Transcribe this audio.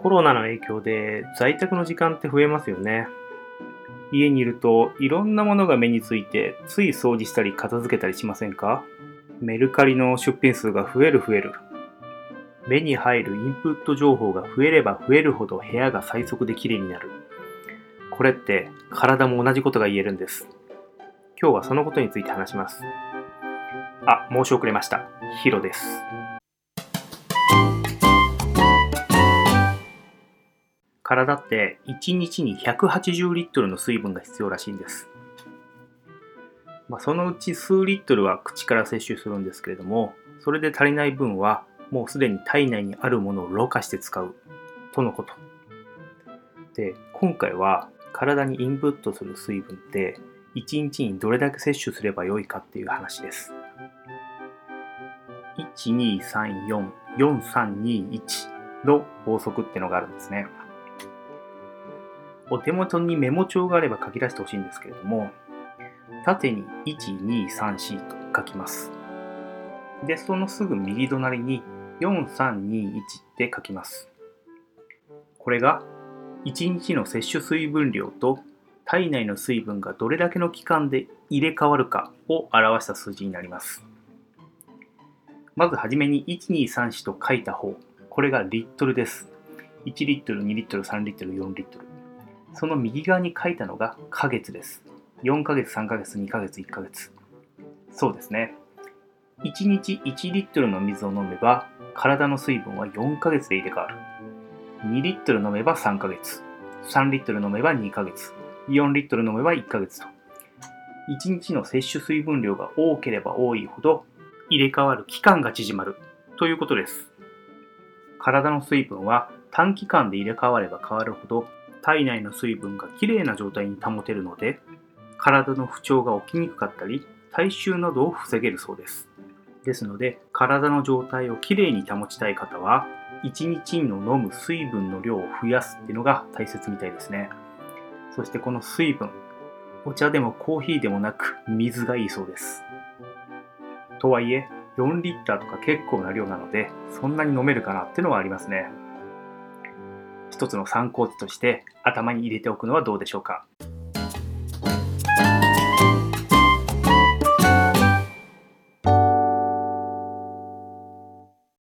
コロナの影響で在宅の時間って増えますよね。家にいるといろんなものが目についてつい掃除したり片付けたりしませんか？メルカリの出品数が増える。目に入るインプット情報が増えれば増えるほど部屋が最速で綺麗になる。これって体も同じことが言えるんです。今日はそのことについて話します。申し遅れました。ヒロです。体って1日に180リットルの水分が必要らしいんです。そのうち数リットルは口から摂取するんですけれども、それで足りない分はもうすでに体内にあるものをろ過して使うとのこと。で、今回は体にインプットする水分って1日にどれだけ摂取すればよいかっていう話です。1,2,3,4 4,3,2,1の法則ってのがあるんですね。お手元にメモ帳があれば書き出してほしいんですけれども、縦に1,2,3,4と書きます。で、そのすぐ右隣に4,3,2,1って書きます。これが1日の摂取水分量と体内の水分がどれだけの期間で入れ替わるかを表した数字になります。まずはじめに1,2,3,4と書いた方、これがリットルです。1リットル、2リットル、3リットル、4リットル。その右側に書いたのがヶ月です。4ヶ月、3ヶ月、2ヶ月、1ヶ月。そうですね。1日1リットルの水を飲めば、体の水分は4ヶ月で入れ替わる。2リットル飲めば3ヶ月。3リットル飲めば2ヶ月。4リットル飲めば1ヶ月と。1日の摂取水分量が多ければ多いほど、入れ替わる期間が縮まるということです。体の水分は短期間で入れ替われば変わるほど、体内の水分がきれいな状態に保てるので、体の不調が起きにくかったり、体臭などを防げるそうです。ですので、体の状態をきれいに保ちたい方は、1日の飲む水分の量を増やすっていうのが大切みたいですね。そしてこの水分、お茶でもコーヒーでもなく水がいいそうです。とはいえ、4リッターとか結構な量なので、そんなに飲めるかなっていうのはありますね。一つの参考値として頭に入れておくのはどうでしょうか。